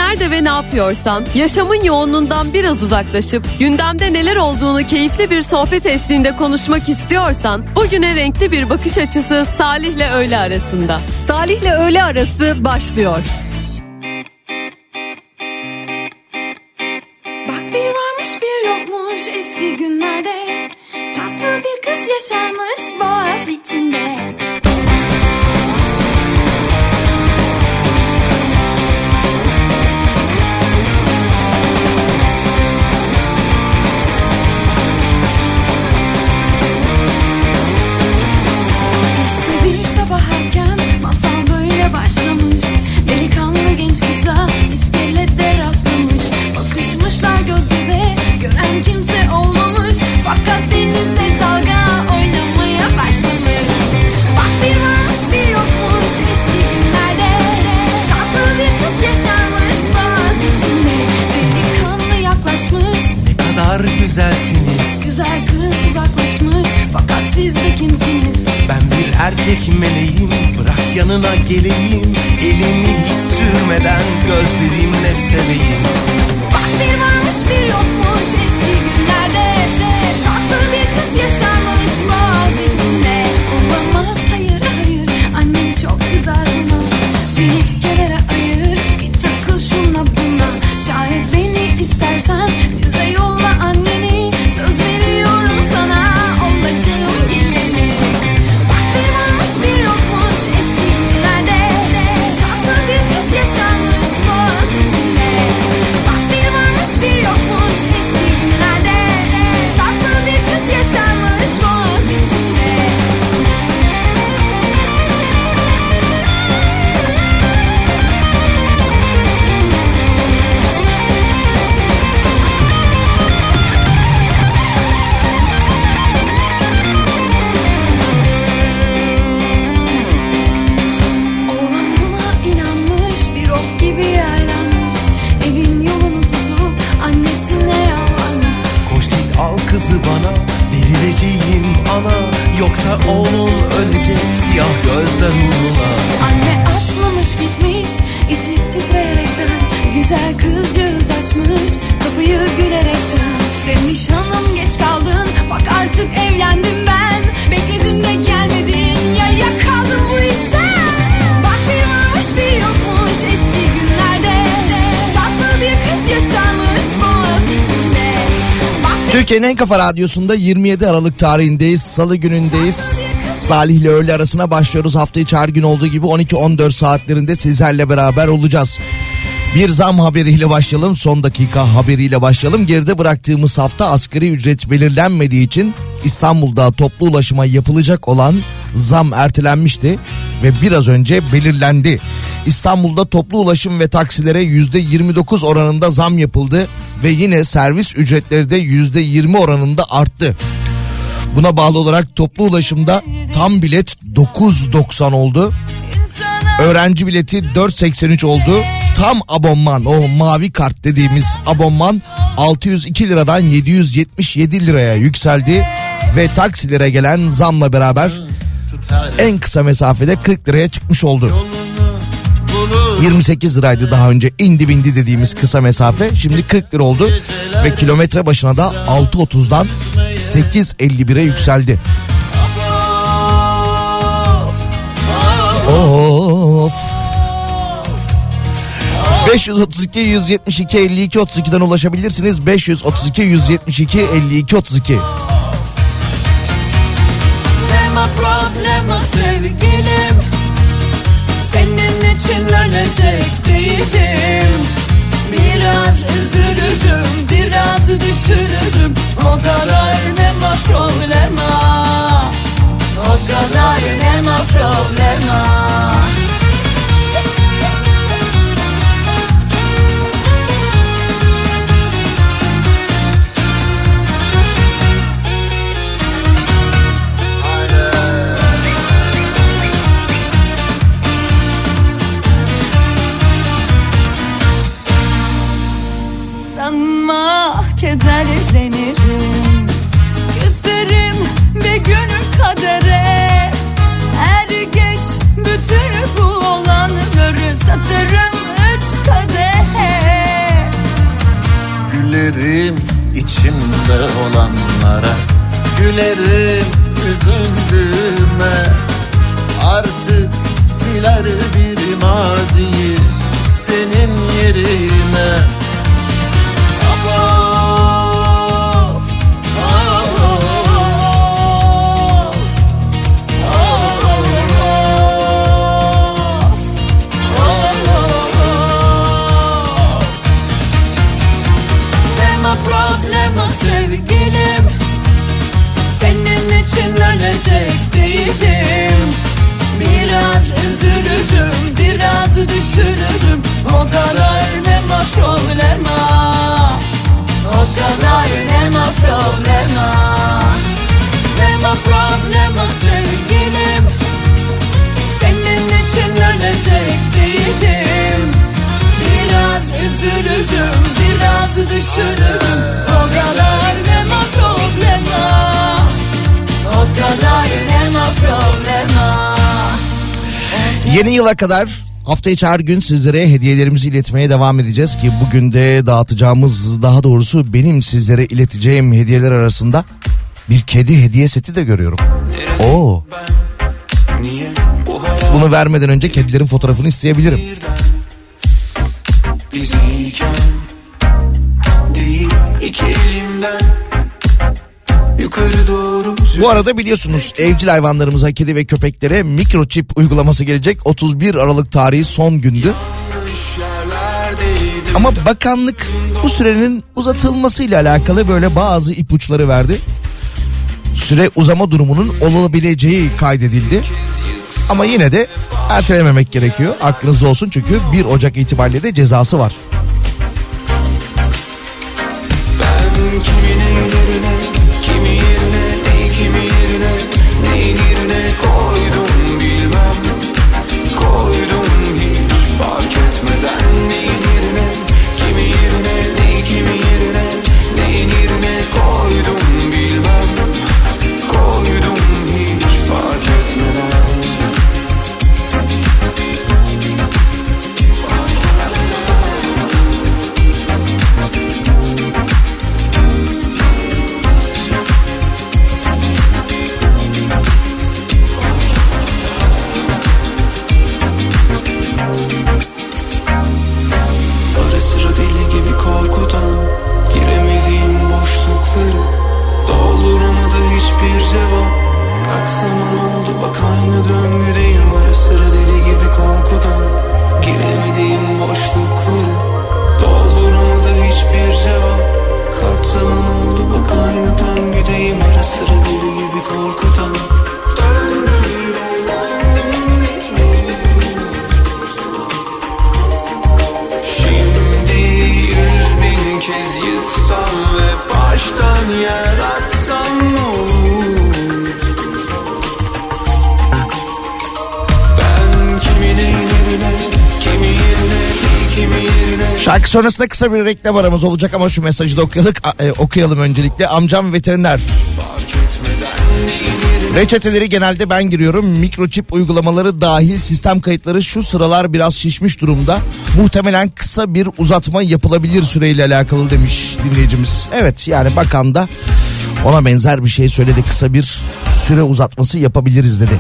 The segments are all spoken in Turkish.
nerede ve ne yapıyorsan, yaşamın yoğunluğundan biraz uzaklaşıp gündemde neler olduğunu keyifli bir sohbet eşliğinde konuşmak istiyorsan, bugüne renkli bir bakış açısı Salih'le öğle arasında. Salih'le öğle arası başlıyor. Bak bir varmış bir yokmuş eski günlerde, tatlı bir kız yaşarmış boğaz içinde. Başlamış delikanlı genç kıza iskelette rastlamış, bakışmışlar göz göze, gören kimse olmamış, fakat denizde dalga oynamaya başlamış. Bak bir varmış bir yokmuş eski günlerde, tatlı bir kız yaşarmış boğaz içinde. Delikanlı yaklaşmış, ne kadar güzelsiniz. Güzel kız uzaklaşmış, fakat siz de kimsiniz? Ben bir erkek meleğim, bırak yanına geleyim. Elini hiç sürmeden gözlerimle seveyim. Bak bir varmış bir yokmuş eski günlerde, tatlı bir kız yaşarmış boğaz içinde. Olamaz, hayır hayır, annem çok kızar buna. Beni kenara ayır, git takıl şuna buna. Şayet beni istersen bize yolla anneni, söz veriyorum sana olacağım geleni. Bak bir varmış bir yokmuş eski günlerde, tatlı bir kız yaşarmış boğaz içinde. Bak bir varmış bir yokmuş eski günlerde, tatlı bir kız yaşarmış boğaz içinde. Oğlan buna inanmış, bir ok gibi yaylanmış, evin yolunu tutup annesine yalvarmış. Koş git al kızı bana, delireceğim ana. Yoksa oğlun ölecek siyah gözler uğruna. Anne atlamış gitmiş, içi titreyerekten, güzel kızcağız açmış kapıyı gülerekten. Demiş hanım geç kaldın, bak artık evlendim ben. Bekledim de gelmedin, ya kaldım bu işten. Bak bir varmış bir yokmuş eski günlerde, tatlı bir kız yaşarmış boğaz içinde. Türkiye'nin en kafa radyosunda 27 Aralık tarihindeyiz. Salı günündeyiz. Salih'le öğle arasına başlıyoruz. Hafta içi her gün olduğu gibi 12-14 saatlerinde sizlerle beraber olacağız. Bir zam haberiyle başlayalım. Son dakika haberiyle başlayalım. Geride bıraktığımız hafta asgari ücret belirlenmediği için İstanbul'da toplu ulaşıma yapılacak olan zam ertelenmişti ve biraz önce belirlendi. İstanbul'da toplu ulaşım ve taksilere %29 oranında zam yapıldı ve yine servis ücretleri de %20 oranında arttı. Buna bağlı olarak toplu ulaşımda tam bilet 9.90 oldu. Öğrenci bileti 4.83 oldu. Tam abonman, o mavi kart dediğimiz abonman 602 liradan 777 liraya yükseldi. Ve taksilere gelen zamla beraber en kısa mesafede 40 liraya çıkmış oldu. 28 liraydı daha önce indi bindi dediğimiz kısa mesafe, şimdi 40 lira oldu ve kilometre başına da 6.30'dan 8.51'e yükseldi. Of. 532 172 52 32'den ulaşabilirsiniz. 532 172 52 32. Problema sevgilim, senin için ölecek değilim. Biraz üzülürüm, biraz düşürürüm. O kadar nema problema, o kadar nema problema. Sanma kederlenirim, küserim bir gün kadere. Er geç bütün bu olanları satarım 3 kadehe. Gülerim içimde olanlara, gülerim üzüldüğüme. Artık siler bir maziyi senin yerine. Of, of, of, Problema sevgilim, senin için ölecek değilim. Biraz üzülürüm, biraz düşünürüm. O kadar nema problema, o kadar nema problema. Nema problema sevgilim, senin için ölecek değilim. Biraz üzülürüm, biraz düşünürüm. O kadar nema problema, o kadar nema problema. Yeni yıla kadar hafta içi her gün sizlere hediyelerimizi iletmeye devam edeceğiz ki bugün de dağıtacağımız, daha doğrusu benim sizlere ileteceğim hediyeler arasında bir kedi hediye seti de görüyorum. Oo. Bunu vermeden önce kedilerin fotoğrafını isteyebilirim. Biziyken değil iki elimden yukarı doğru. Bu arada biliyorsunuz evcil hayvanlarımıza, kedi ve köpeklere mikroçip uygulaması gelecek. 31 Aralık tarihi son gündü. Ama bakanlık bu sürenin uzatılmasıyla alakalı böyle bazı ipuçları verdi. Süre uzama durumunun olabileceği kaydedildi. Ama yine de ertelememek gerekiyor. Aklınızda olsun çünkü 1 Ocak itibariyle de cezası var. Ben kimin ellerine, kimi yerine, kimi yerine, neyin yerine koydum bilmem. Koydum hiç fark etmeden neyin yerine, kimi yerine, kimi yerine, neyin yerine koydum bilmem. Koydum hiç fark etmeden. Ara sıra deli gibi korkudan giremediğim boşlukları, dolduramadı hiçbir cevap. Kaç zaman oldu bak aynı döngüdeyim. Ara sıra deli gibi korkudan giremediğim boşlukları, dolduramadı hiçbir cevap. Kaç zaman oldu bak aynı döngüdeyim. Ara sıra deli gibi korkudan. Şimdi 100.000 kez yıksam ve baştan yaratsam ne olur? Ben kimin ellerine, kimi yerine, kimi yerine. Şarkı sonrasında kısa bir reklam aramız olacak ama şu mesajı da okuyalım öncelikle. Amcam veteriner. Reçeteleri genelde ben giriyorum. Mikroçip uygulamaları dahil sistem kayıtları şu sıralar biraz şişmiş durumda. Muhtemelen kısa bir uzatma yapılabilir süreyle alakalı demiş dinleyicimiz. Evet, yani bakan da ona benzer bir şey söyledi. Kısa bir süre uzatması yapabiliriz dedi.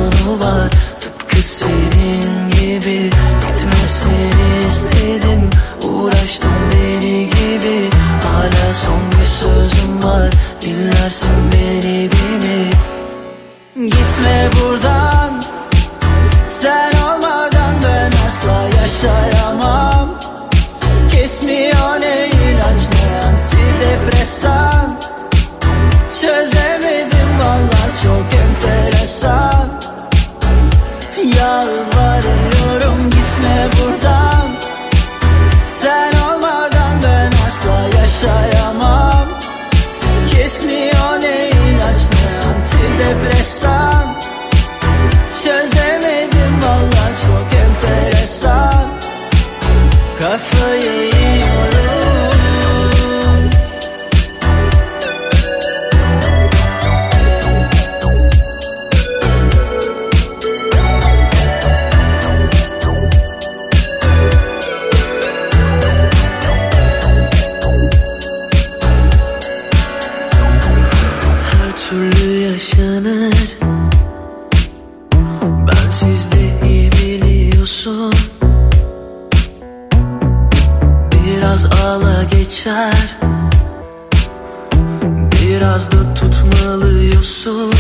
Senin gibi gitmesini istedim. kafayı yiyorum. Her türlü yaşanır, bensiz de iyi biliyorsun. Biraz ağla geçer, biraz da tutmalıyorsun.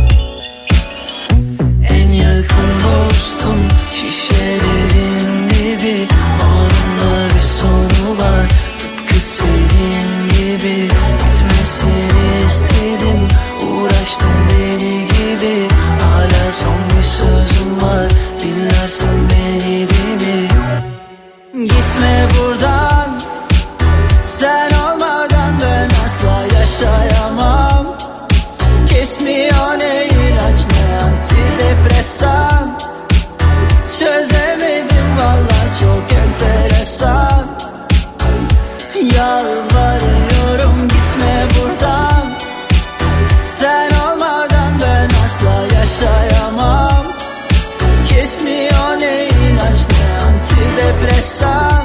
En yakın dostum şişelerin gibi, onunla bir sonu var. Tıpkı senin gibi bitmesini istedim, uğraştım deli gibi. Hala son bir sözüm var, dinlersin beni değil mi? Gitme buradan, sen olmadan ben asla yaşayamam. Kesmiyor ne ilaç ne antidepresan. Çözemedim vallahi çok enteresan. Yalvarıyorum gitme buradan, sen olmadan ben asla yaşayamam. Kesmiyor ne ilaç ne antidepresan.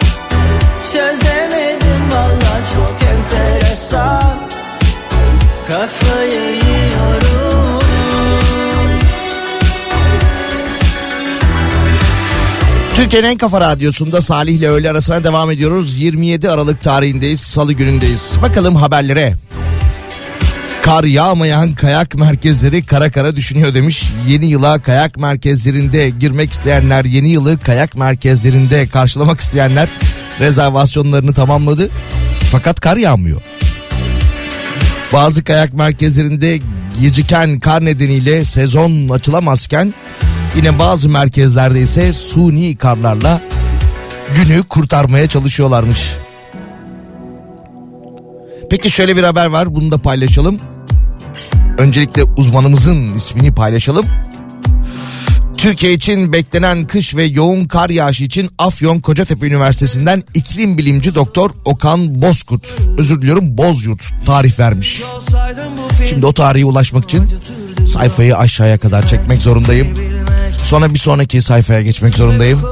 Çözemedim vallahi çok enteresan. Kafayı yiyorum. Türkiye'nin en kafa radyosunda Salih ile öğle arasına devam ediyoruz. 27 Aralık tarihindeyiz, salı günündeyiz. Bakalım haberlere. Kar yağmayan kayak merkezleri kara kara düşünüyor demiş. Yeni yıla kayak merkezlerinde girmek isteyenler, yeni yılı kayak merkezlerinde karşılamak isteyenler rezervasyonlarını tamamladı. Fakat kar yağmıyor. Bazı kayak merkezlerinde geciken kar nedeniyle sezon açılamazken yine bazı merkezlerde ise suni karlarla günü kurtarmaya çalışıyorlarmış. Peki şöyle bir haber var, bunu da paylaşalım. Öncelikle uzmanımızın ismini paylaşalım. Türkiye için beklenen kış ve yoğun kar yağışı için Afyon Kocatepe Üniversitesi'nden iklim bilimci Doktor Okan Bozkurt, Bozyurt tarih vermiş. Şimdi o tarihe ulaşmak için sayfayı aşağıya kadar çekmek zorundayım. Sonra bir sonraki sayfaya geçmek zorundayım.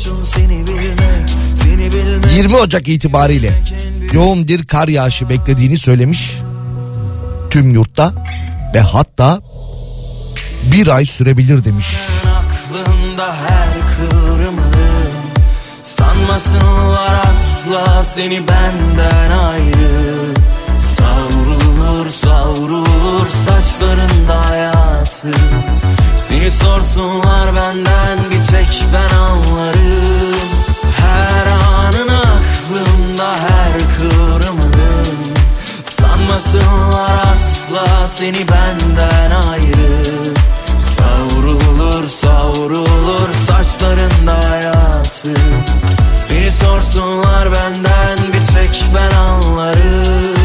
20 Ocak itibariyle yoğun bir kar yağışı beklediğini söylemiş tüm yurtta ve hatta bir ay sürebilir demiş. Aklımda her kıvrımım, sanmasınlar asla seni benden ayrı. Savrulur savrulur saçlarında hayatı. Seni sorsunlar benden bir tek ben anlarım. Her anın aklımda her kıvrımım, sanmasınlar asla seni benden ayrı. Savrulur savrulur saçlarında hayatı. Seni sorsunlar benden bir tek ben anlarım.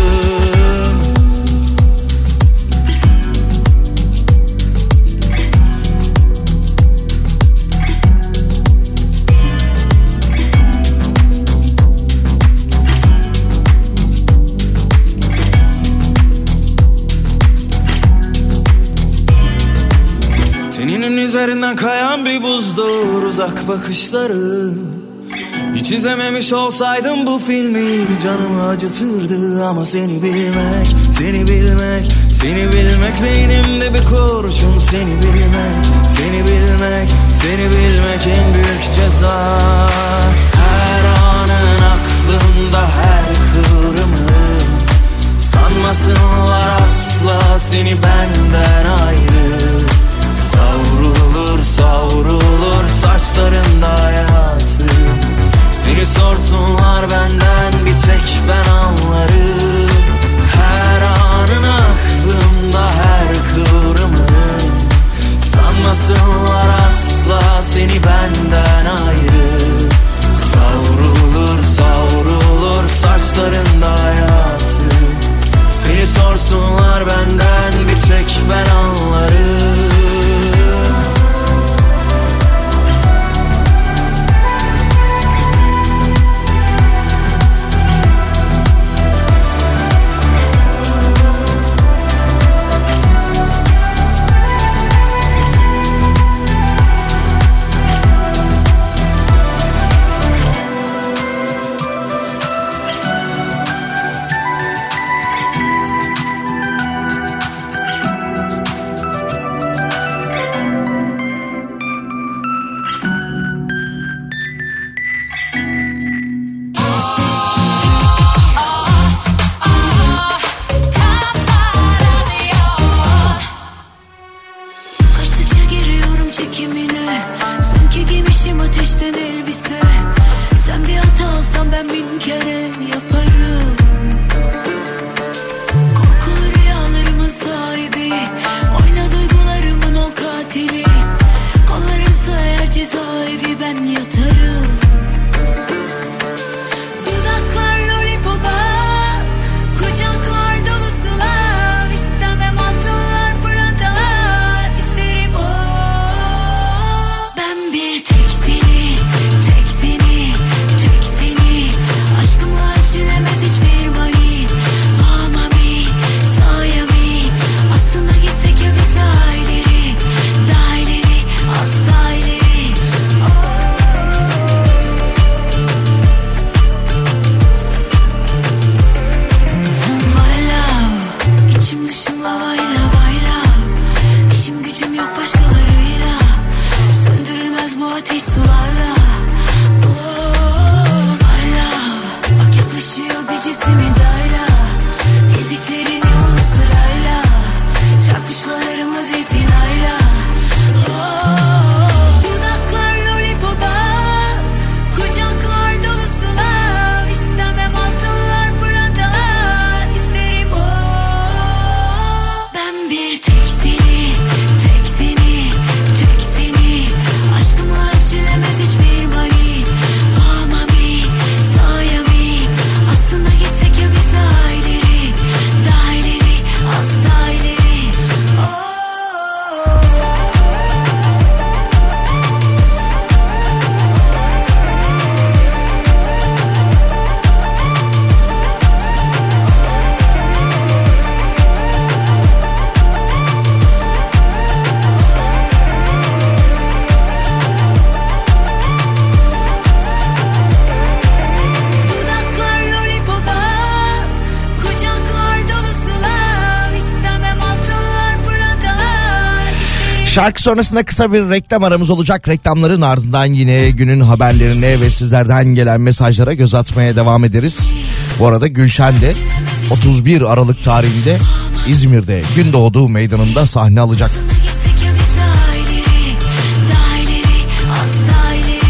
Teninin üzerinden kayan bir buzdur uzak bakışları. Hiç izlememiş olsaydım bu filmi canımı acıtırdı. Ama seni bilmek, seni bilmek, seni bilmek beynimde bir kurşun. Seni bilmek, seni bilmek, seni bilmek en büyük ceza. Her anın aklımda her kıvrımım, sanmasınlar asla seni benden ayrı. Savrulur savrulur saçlarında hayatı. Seni sorsunlar benden bir tek ben anlarım. Her anın aklımda her kıvrımım, sanmasınlar asla seni benden ateşten elbise. Sen bir hata alsan ben bin kere yaparım. Korkulu rüyalarımın sahibi, oyna duygularımın ol katili. Kollarınsa eğer cezaevi ben yatarım. Dudaklar lollipopa, kucaklar dolusu lav. İstemem altınlar pırlantalar, isterim o. Ben bir tek seni, tek seni, tek seni. Aşkımla ölçülemez hiçbir mani. Mami, sayami. Aslında gitsek ya biz daha ileri, daha ileri, az daha ileri. My love, içim dışım lavayla bayla. İşim gücüm yok başkalarıyla. Söndürülmez bu ateş sularla. Oh my love, bak yaklaşıyor bir cismi dayla. Bildiklerini ol sırayla. Çarpışmalarımız itinayla. Oh, dudaklar lollipopa, kucaklar dolusu lav. İstemem altınlar pırlantalar, isterim o. Ben bir tek seni, tek seni, tek seni. Aşkımla ölçülemez hiçbir mani. Mami, sayami. Aslında gitsek ya biz daha ileri, daha ileri, az daha ileri. Dudaklar lollipopa, kucaklar dolusu lav. İstemem altınlar pırlantalar, isterim. Şarkı sonrasında kısa bir reklam aramız olacak. Reklamların ardından yine günün haberlerine ve sizlerden gelen mesajlara göz atmaya devam ederiz. Bu arada Gülşen de 31 Aralık tarihinde İzmir'de Gündoğdu Meydanı'nda sahne alacak. Gitsek ya biz daha ileri, daha ileri, az daha ileri.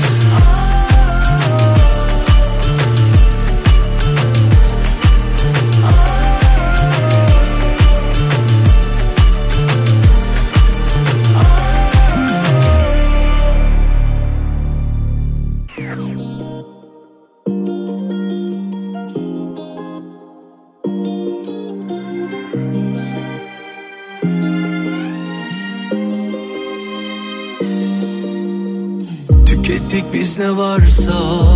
Tükettik biz ne varsa,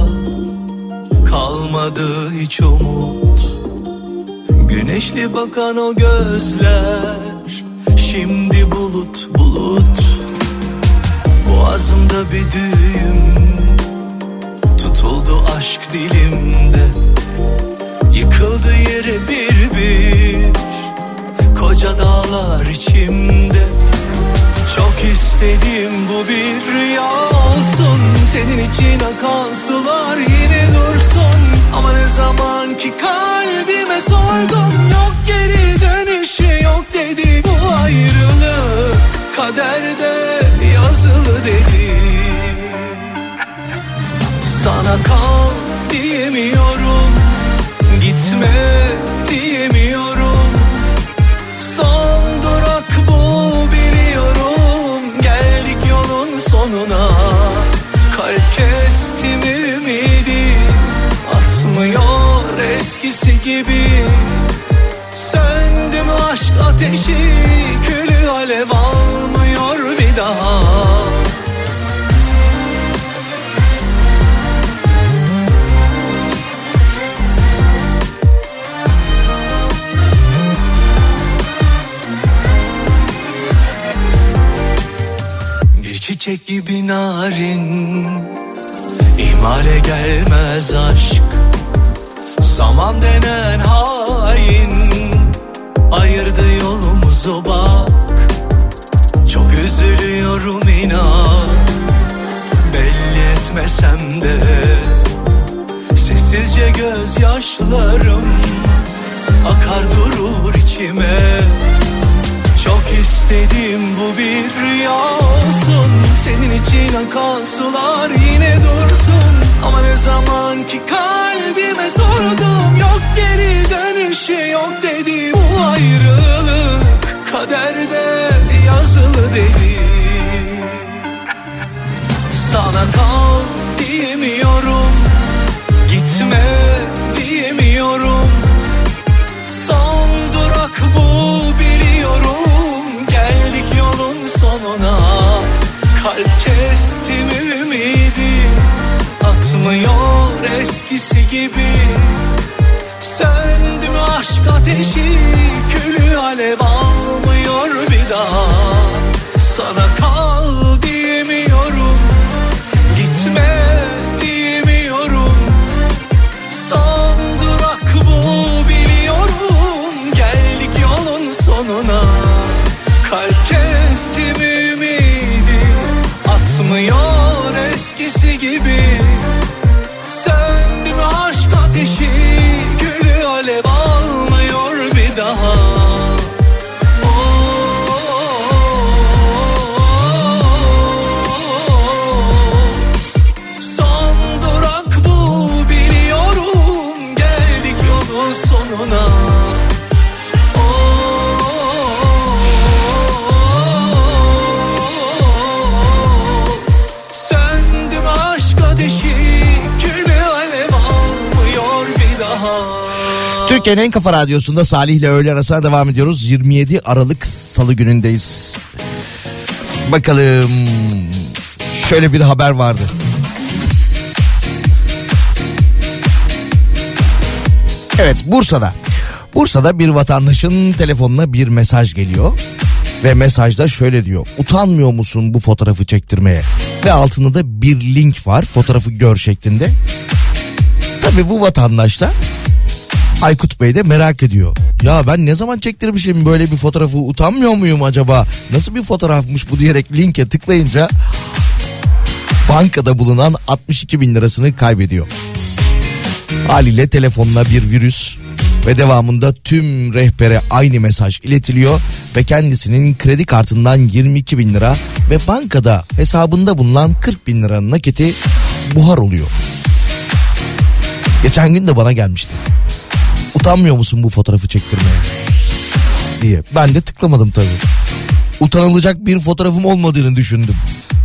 kalmadı hiç umut. Güneşli bakan o gözler, şimdi bulut bulut. Boğazımda bir düğüm, tutuldu aşk dilimde. Yıkıldı yere bir bir, koca dağlar içimde. Çok istedim bu bir rüya olsun, senin için akan sular yine dursun. Ama ne zaman ki kalbime sordum, yok geri dönüşü yok dedi. Bu ayrılık kaderde yazılı dedi. Sana kal diyemiyorum, gitme diyemiyorum. Son durak bu biliyorum, geldik yolun sonuna. Kalp kestim ümidi, atmıyor eskisi gibi. Söndü mü aşk ateşi, külü alev almıyor bir daha. Bir çiçek gibi narin, ihmale gelmez aşk. Zaman denen hain ayırdı yolumuzu bak. Çok üzülüyorum inan, belli etmesem de. Sessizce gözyaşlarım akar durur içime. Çok istedim bu bir rüya olsun, senin için akan sular yine dursun. Ama ne zaman ki kalbime sordum, yok geri dönüşü yok dedi. Bu ayrılık kaderde yazılı dedi. Sana kal diyemiyorum, gitme diyemiyorum. Son durak bu biliyorum, geldik yolun sonuna. Kalp kestim ümidi, atmıyor eskisi gibi. Söndü mü aşk ateşi, külü alev almıyor bir daha. Sana kal diyemiyorum, gitme diyemiyorum. Son durak bu biliyorum, geldik yolun sonuna. Kalp kestim ümidi, atmıyor eskisi gibi. Söndü mü aşk ateşi, gülü alev almıyor bir daha. Son durak bu biliyorum, geldik yolun sonuna. Türkiye'nin en kafa radyosunda Salih ile öğle arasına devam ediyoruz. 27 Aralık Salı günündeyiz. Bakalım, şöyle bir haber vardı. Evet, Bursa'da bir vatandaşın telefonuna bir mesaj geliyor. Ve mesajda şöyle diyor: utanmıyor musun bu fotoğrafı çektirmeye? Ve altında da bir link var, fotoğrafı gör şeklinde. Tabii bu vatandaş da, Aykut Bey de merak ediyor. Ya ben ne zaman çektirmişim böyle bir fotoğrafı, utanmıyor muyum acaba? Nasıl bir fotoğrafmış bu diyerek linke tıklayınca bankada bulunan 62 bin lirasını kaybediyor. Haliyle telefonuna bir virüs ve devamında tüm rehbere aynı mesaj iletiliyor ve kendisinin kredi kartından 22 bin lira ve bankada hesabında bulunan 40 bin liranın nakiti buhar oluyor. Geçen gün de bana gelmişti. Utanmıyor musun bu fotoğrafı çektirmeye diye. Ben de tıklamadım tabii. Utanılacak bir fotoğrafım olmadığını düşündüm.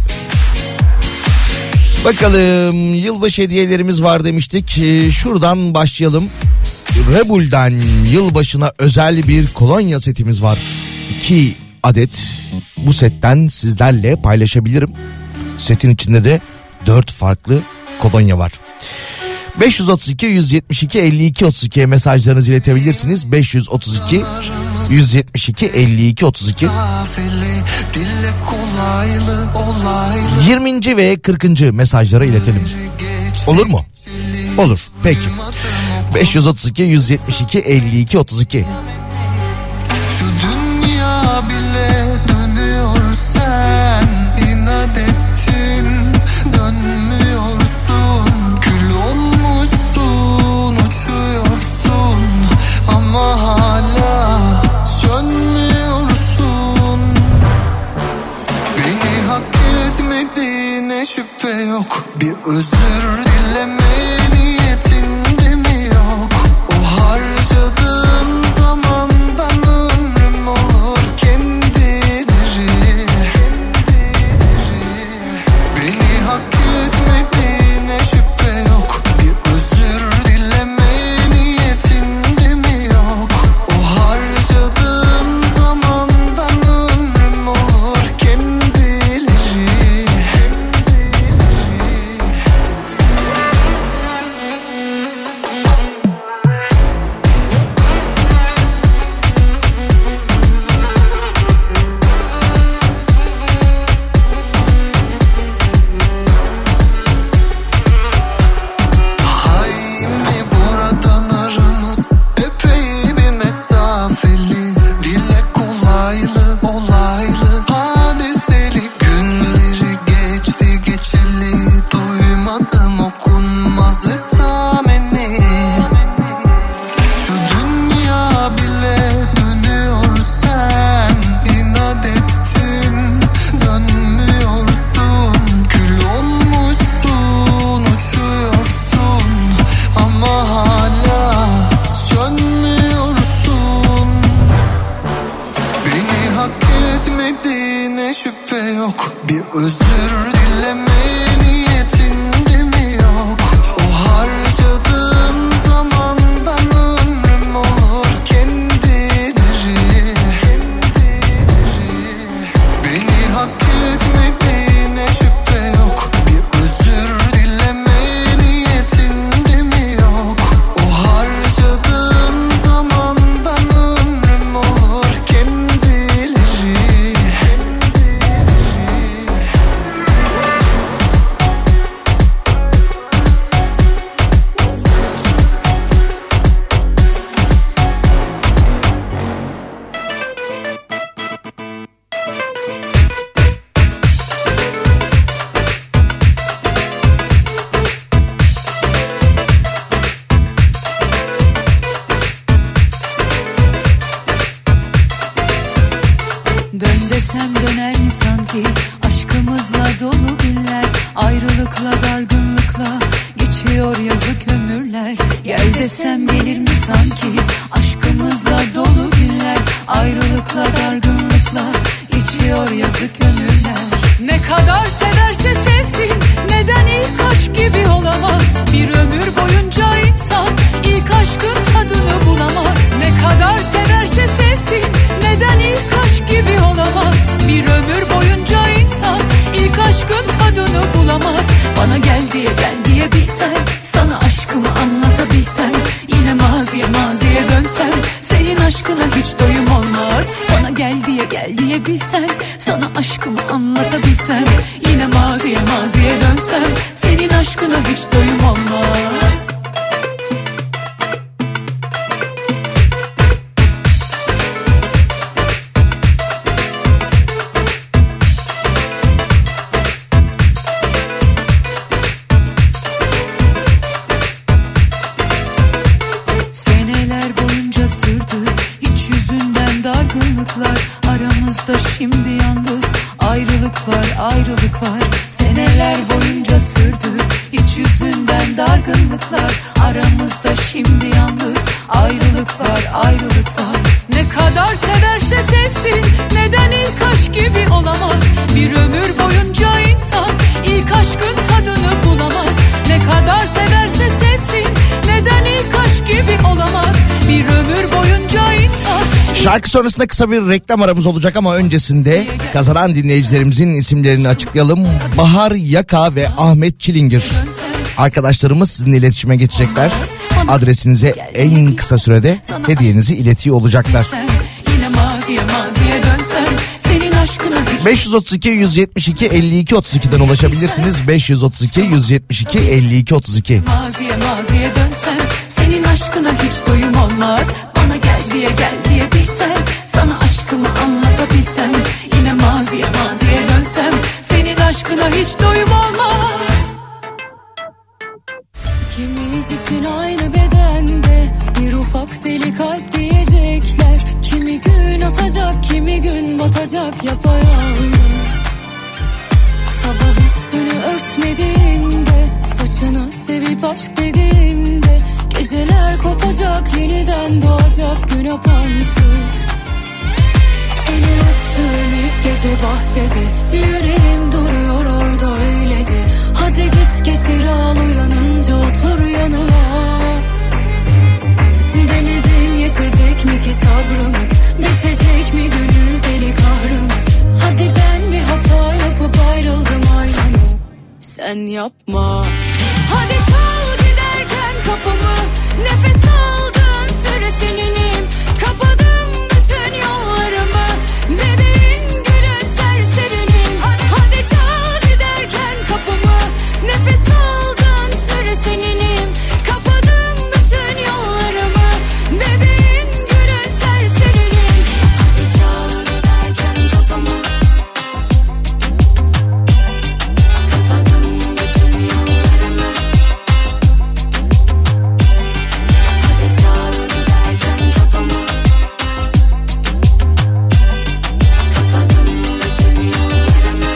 Bakalım, yılbaşı hediyelerimiz var demiştik. Şuradan başlayalım. Rebul'den yılbaşına özel bir kolonya setimiz var. 2 adet bu setten sizlerle paylaşabilirim. Setin içinde de 4 farklı kolonya var. 532 172 52 32'ye mesajlarınızı iletebilirsiniz. 532 172 52 32. 20. ve 40. mesajlara iletelim. Olur mu? Olur. Peki. 532 172 52 32. Şu dünya bile dönüyor, sen inat ettin, dönmüyorsun. Kül olmuşsun, uçuyorsun ama hala sönmüyorsun. Beni hak etmediğine şüphe yok, bir özür dileme niyetinde mi yok? O harcadığın zamandan ömrüm olur kendileri. Beni hak etmediğine şüphe yok, bir özür dileme niyetinde mi yok? O harcadığın zamandan ömrüm olur kendileri. dargınlıkla geçiyor yazık ömürler. Gel desem gelir mi sanki aşkımızla dolu günler. Ayrılıkla dargınlıkla geçiyor yazık ömürler. Ne kadar severse sevsin neden ilk aşk gibi olamaz. Bir ömür boyunca insan ilk aşkın tadını bulamaz. Ne kadar severse sevsin neden ilk aşk gibi olamaz. Bir ömür boyunca insan ilk aşkın tadını bulamaz. Bana gel diye bilsen, sana aşkımı anlatabilsem, yine maziye dönsem, senin aşkına hiç doyum olmaz. Bana gel diye bilsen, sana aşkımı anlatabilsem, yine maziye dönsem, senin aşkına hiç doyum olmaz. Aramızda şimdi yalnız ayrılık var. Seneler boyunca sürdü hiç yüzünden dargınlıklar. Aramızda şimdi yalnız ayrılık var. Ne kadar severse sevsin neden ilk aşk gibi olamaz. Bir ömür boyunca insan ilk aşkın tadını bulamaz. Ne kadar severse sevsin neden ilk aşk gibi olamaz. Bir ömür boyunca insan. Şarkı sonrasında kısa bir reklam aramız olacak ama öncesinde kazanan dinleyicilerimizin isimlerini açıklayalım. Bahar Yaka ve Ahmet Çilingir arkadaşlarımız sizinle iletişime geçecekler. Adresinize en kısa sürede hediyenizi iletiyor olacaklar. 532 172 52 32'den ulaşabilirsiniz. 532 172 52 32. Maziye dönsem, senin aşkına hiç doyum olmaz. Bana gel diye bilsen, sana aşkımı anlatabilsem, yine maziye dönsem, senin aşkına hiç doyum olmaz. İkimiz için aynı bedende bir ufak deli kalp diyecekler. Kimi gün atacak, kimi gün batacak yapayalnız. Sabah üstünü örtmediğimde, saçını sevip aşk dediğimde, geceler kopacak, yeniden doğacak gün apansız. Seni öptüğüm ilk gece bahçede, yüreğim duruyor orada öylece. Hadi git getir al, uyanınca otur yanıma. Denedim yetecek mi ki sabrımız, bitecek mi gönül deli kahrımız. Hadi ben bir hata yapıp ayrıldım aynanı, sen yapma. Hadi çal giderken kapımı, nefes aldığın süre seninim. Kapadım bütün yollarımı, bebeğin gülün serserinim. Hadi çal giderken kapımı, nefes aldığın süre seninim. Kapadım bütün yollarımı, bebeğin gülün serserinim. Hadi çal giderken kapımı, kapadım bütün yollarımı. Hadi çal giderken kapımı, kapadım bütün yollarımı.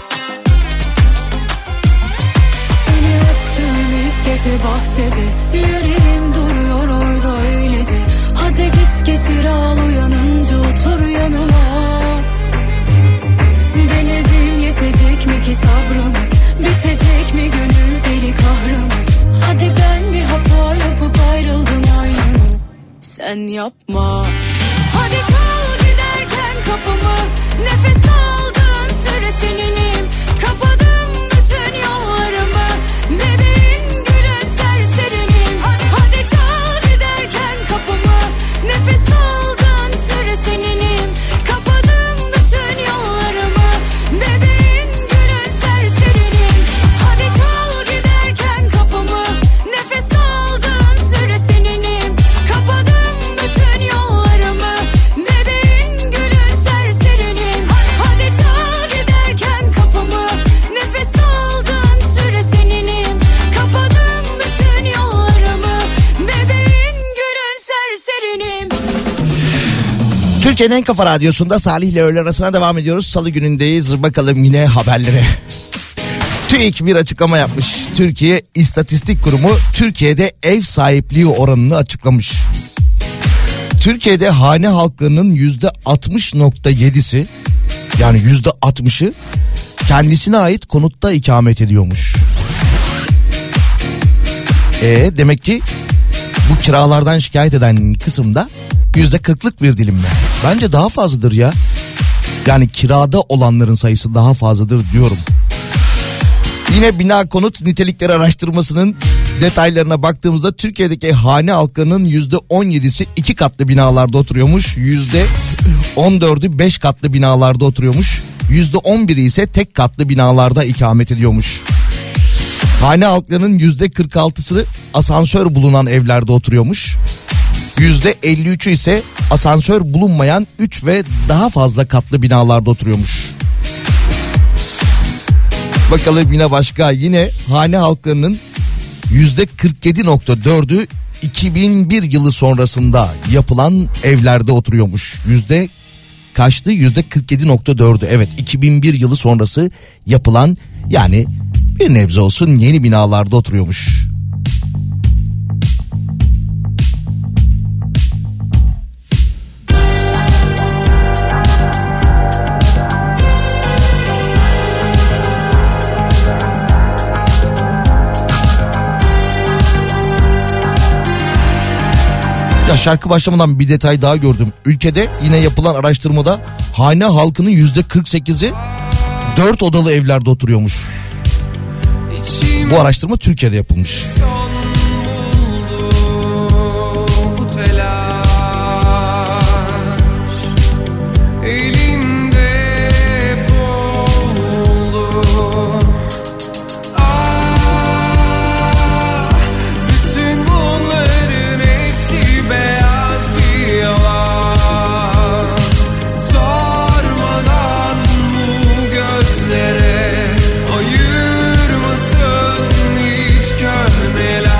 Seni öptüğüm ilk gece bahçede, yüreğim duruyor orada öylece. Hadi git getir al, uyanınca otur yanıma. Denedim yetecek mi ki sabrımız, bitecek mi gönül deli kahrımız. Hadi ben bir hata yapıp ayrıldım aynanı, sen yapma. Hadi çal giderken kapımı, nefes aldığın süre seninim. Kapadım bütün yollarımı, bebeğin gülün serserinim. Hadi çal giderken kapımı, nefes aldığın süre seninim. Kapadım bütün yollarımı, bebeğin gülün serserinim. Hadi çal giderken kapımı, nefes aldığın süre seninim. Kapadım bütün yollarımı, bebeğin gülün serserinim. Hadi çal giderken kapımı, nefes aldığın süre seninim. Kapadım bütün yollarımı, bebeğin gülün serserinim. Türkiye'nin en kafa radyosunda Salih ile öğle arasına devam ediyoruz. Salı günündeyiz. Bakalım yine haberlere. TÜİK bir açıklama yapmış. Türkiye İstatistik Kurumu Türkiye'de ev sahipliği oranını açıklamış. Türkiye'de hane halklarının %60.7'si, yani %60'ı kendisine ait konutta ikamet ediyormuş. Demek ki bu kiralardan şikayet eden kısımda %40'lık bir dilim mi? Bence daha fazladır ya. Yani kirada olanların sayısı daha fazladır diyorum. Yine bina konut nitelikleri araştırmasının detaylarına baktığımızda Türkiye'deki hane halkının %17'si 2 katlı binalarda oturuyormuş. %14'ü 5 katlı binalarda oturuyormuş. %11'i ise tek katlı binalarda ikamet ediyormuş. Hane halklarının %46'sı asansör bulunan evlerde oturuyormuş. %53'ü ise asansör bulunmayan 3 ve daha fazla katlı binalarda oturuyormuş. Bakalım yine başka, yine hane halklarının %47.4'ü 2001 yılı sonrasında yapılan evlerde oturuyormuş. Yüzde kaçtı? %47.4'ü. Evet, 2001 yılı sonrası yapılan, yani bir nebze olsun yeni binalarda oturuyormuş. Ya şarkı başlamadan bir detay daha gördüm. Ülkede yine yapılan araştırmada hane halkının %48'i 4 odalı evlerde oturuyormuş. Bu araştırma Türkiye'de yapılmış. Ayırmasın hiç köhneler.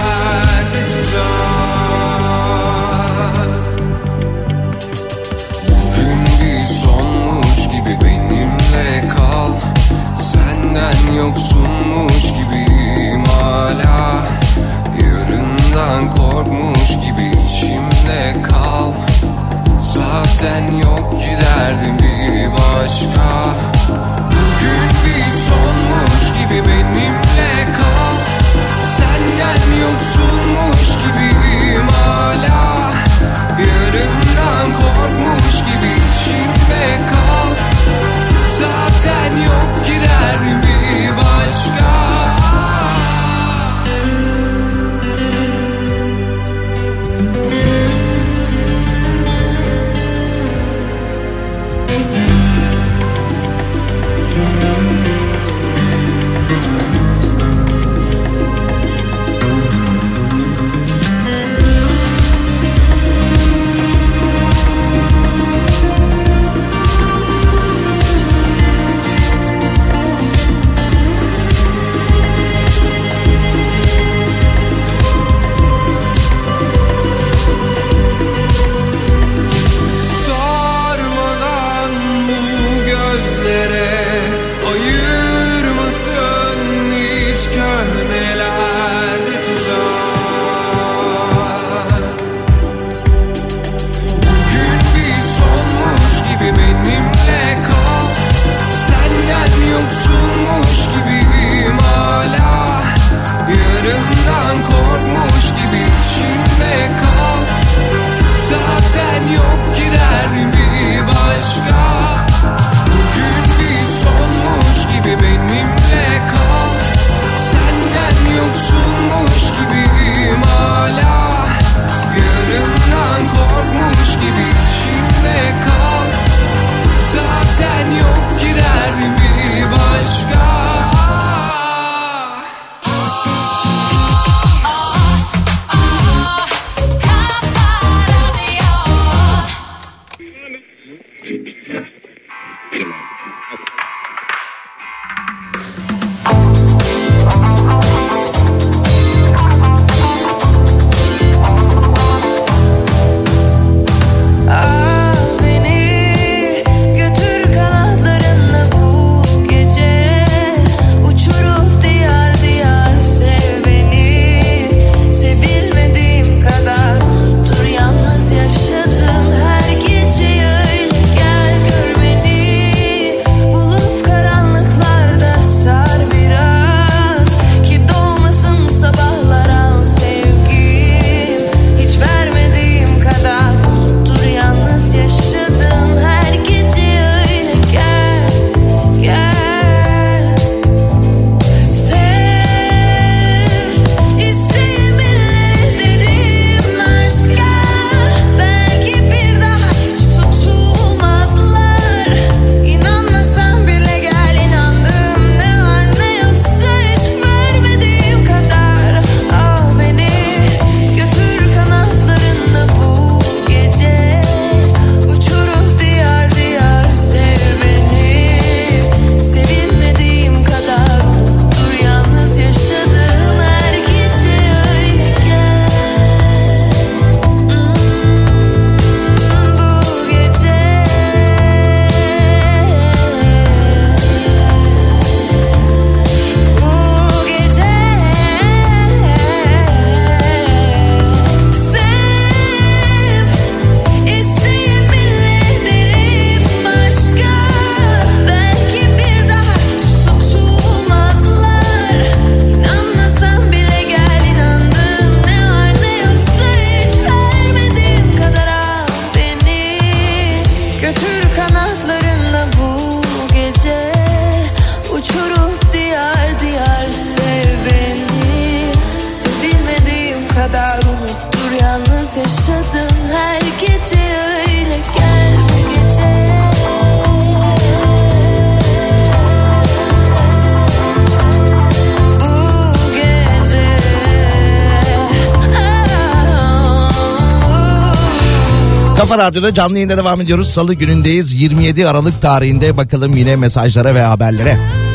Kafa Radyo'da canlı yayında devam ediyoruz. Salı günündeyiz. 27 Aralık tarihinde bakalım yine mesajlara ve haberlere.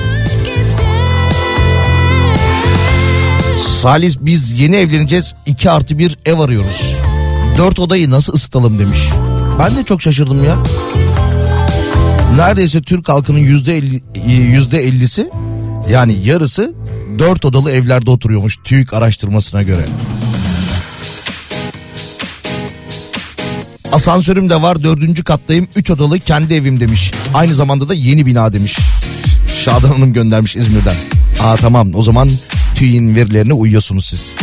Salih, biz yeni evleneceğiz. 2+1 ev arıyoruz. 4 odayı nasıl ısıtalım demiş. Ben de çok şaşırdım ya. Neredeyse Türk halkının %50'si yani yarısı 4 odalı evlerde oturuyormuş TÜİK araştırmasına göre. Asansörüm de var, 4. kattayım, 3 odalı kendi evim demiş. Aynı zamanda da yeni bina demiş. Şadan Hanım göndermiş İzmir'den. Tamam, o zaman TÜİK'in verilerine uyuyorsunuz siz.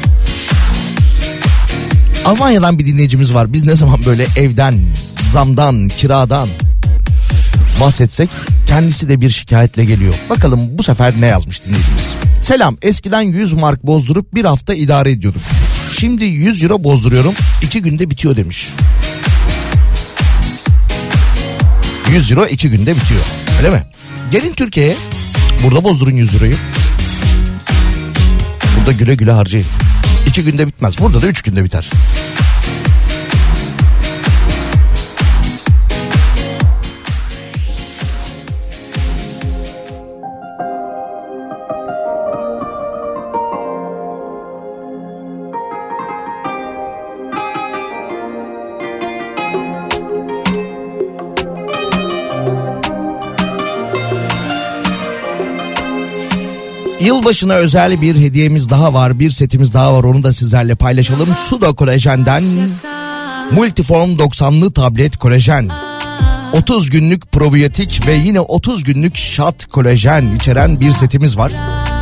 Almanya'dan bir dinleyicimiz var. Biz ne zaman böyle evden, zamdan, kiradan bahsetsek kendisi de bir şikayetle geliyor. Bakalım bu sefer ne yazmış dinleyicimiz. Selam, eskiden 100 mark bozdurup bir hafta idare ediyordum. Şimdi 100 euro bozduruyorum, 2 günde bitiyor demiş. 100 euro 2 günde bitiyor, öyle mi? Gelin Türkiye'ye, burada bozdurun 100 euroyu. Burada güle güle harcayın. 2 günde bitmez, burada da 3 günde biter. Yılbaşına özel bir hediyemiz daha var, bir setimiz daha var, onu da sizlerle paylaşalım. Suda Kolajen'den Multiform 90'lı tablet kolajen, 30 günlük probiyotik ve yine 30 günlük şat kolajen içeren bir setimiz var.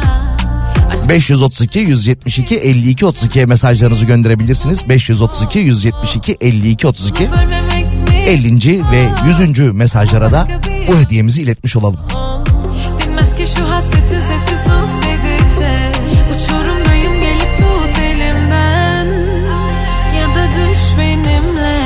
532 172 52 32'ye mesajlarınızı gönderebilirsiniz. 532 172 52 32 50. ve 100. mesajlara da bu hediyemizi iletmiş olalım. Dinmez ki şu hasretin sesi sus dedikçe. Uçurumdayım, gelip tut elimden ya da düş benimle.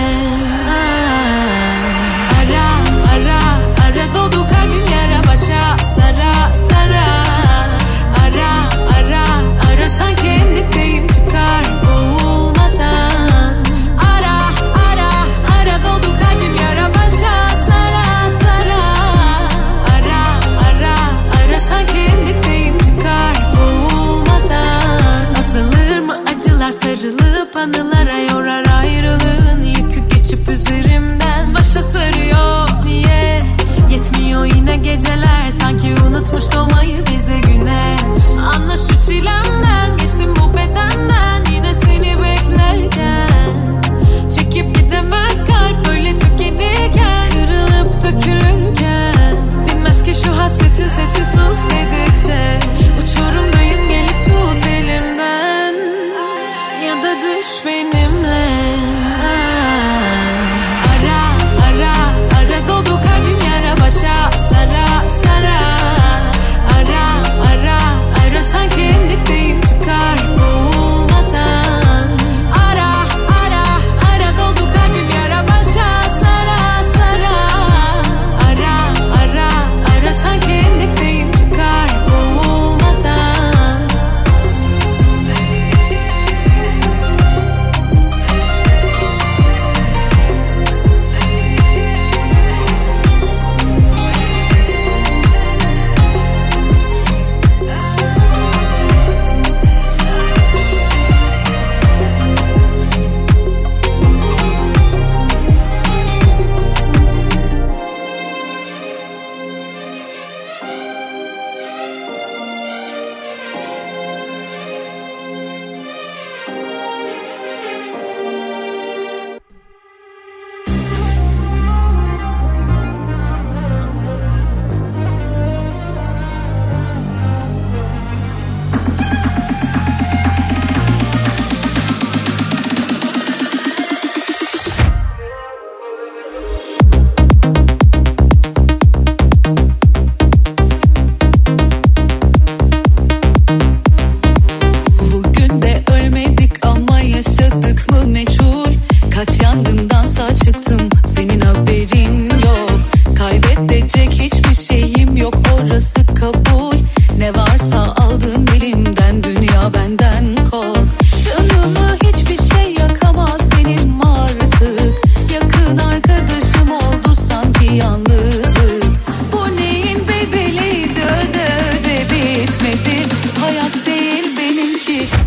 Ara ara ara doldu kalbim yara başa sara sara. Ara ara arasan kendimdeyim çıkar boğulmadan. Ara ara ara doldu kalbim yara başa sara sara. Ara ara arasan kendimdeyim çıkar boğulmadan. Azalır mı acılar sarılıp anılara yorar ayrılığın yükü geçip üzerimden başa sarıyor. Niye yetmiyor yine geceler, sanki unutmuş doğmayı bize güneş. Anla şu çilemden, geçtim bu bedenden, yine seni beklerken. Çekip gidemez kalp böyle tükenirken, kırılıp dökülürken. Dinmez ki şu hasretin sesi sus dedikçe. Uçurumdayım, gelip tut elimden ya da düş benim.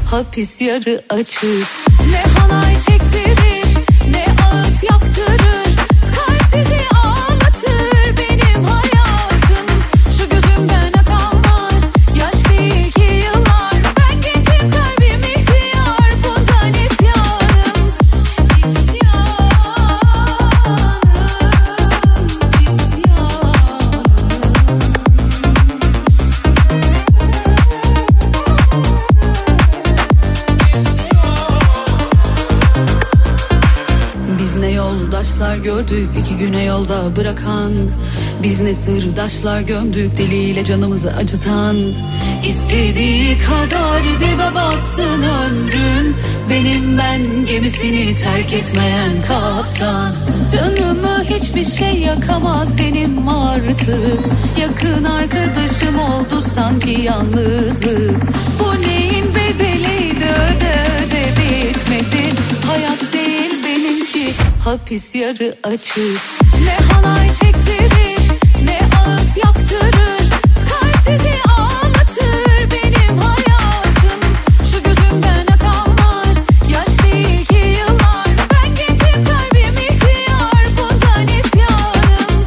hapis yarı açık. Ne halay çektirir, ne ağıt yaptırır, kalp sizi ağlatır benim hayatım. Şu gözümden akanlar yaş değil ki yıllar, ben gencim kalbim ihtiyar, bundan isyanım. Biz ne yoldaşlar gördük iki güne yolda bırakan, biz ne sırdaşlar gömdük diliyle canımızı acıtan. İstediği kadar dibe batsın ömrüm, benim ben gemisini terk etmeyen kaptan. Canımı hiçbir şey yakamaz benim artık, yakın arkadaşım oldu sanki yalnızlık. Bu neyin bedeliydi, öde öde bitmedi. Hayat değil benimki, hapis yarı açık. Ne halay çektirir, ne ağıt yaptırır, kalp sizi ağlatır benim hayatım. Şu gözümden akanlar yaş değil ki yıllar, ben gencim kalbim ihtiyar, bundan isyanım.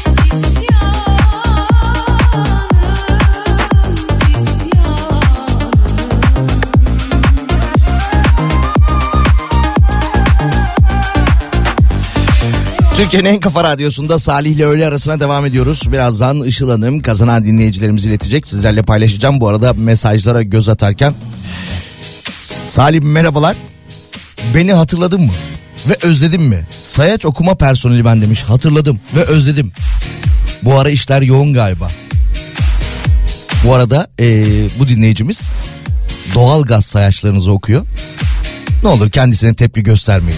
Türkiye'nin en kafa radyosunda Salih ile öğle arasına devam ediyoruz. Birazdan Işıl Hanım kazanan dinleyicilerimizi iletecek. Sizlerle paylaşacağım. Bu arada mesajlara göz atarken. Salih merhabalar. Beni hatırladın mı? Ve özledin mi? Sayaç okuma personeli ben demiş. Hatırladım ve özledim. Bu ara işler yoğun galiba. Bu arada bu dinleyicimiz doğalgaz sayaçlarınızı okuyor. Ne olur kendisine tepki göstermeyin.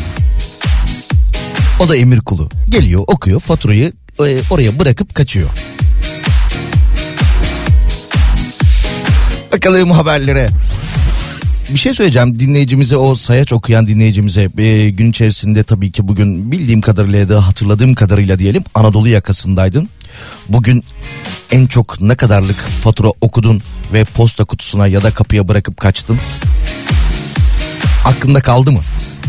O da emir kulu. Geliyor, okuyor, faturayı oraya bırakıp kaçıyor. Bakalım haberlere. Bir şey söyleyeceğim dinleyicimize, o sayaç okuyan dinleyicimize. Gün içerisinde tabii ki bugün bildiğim kadarıyla ya da hatırladığım kadarıyla diyelim Anadolu yakasındaydın. Bugün en çok ne kadarlık fatura okudun ve posta kutusuna ya da kapıya bırakıp kaçtın? Aklında kaldı mı?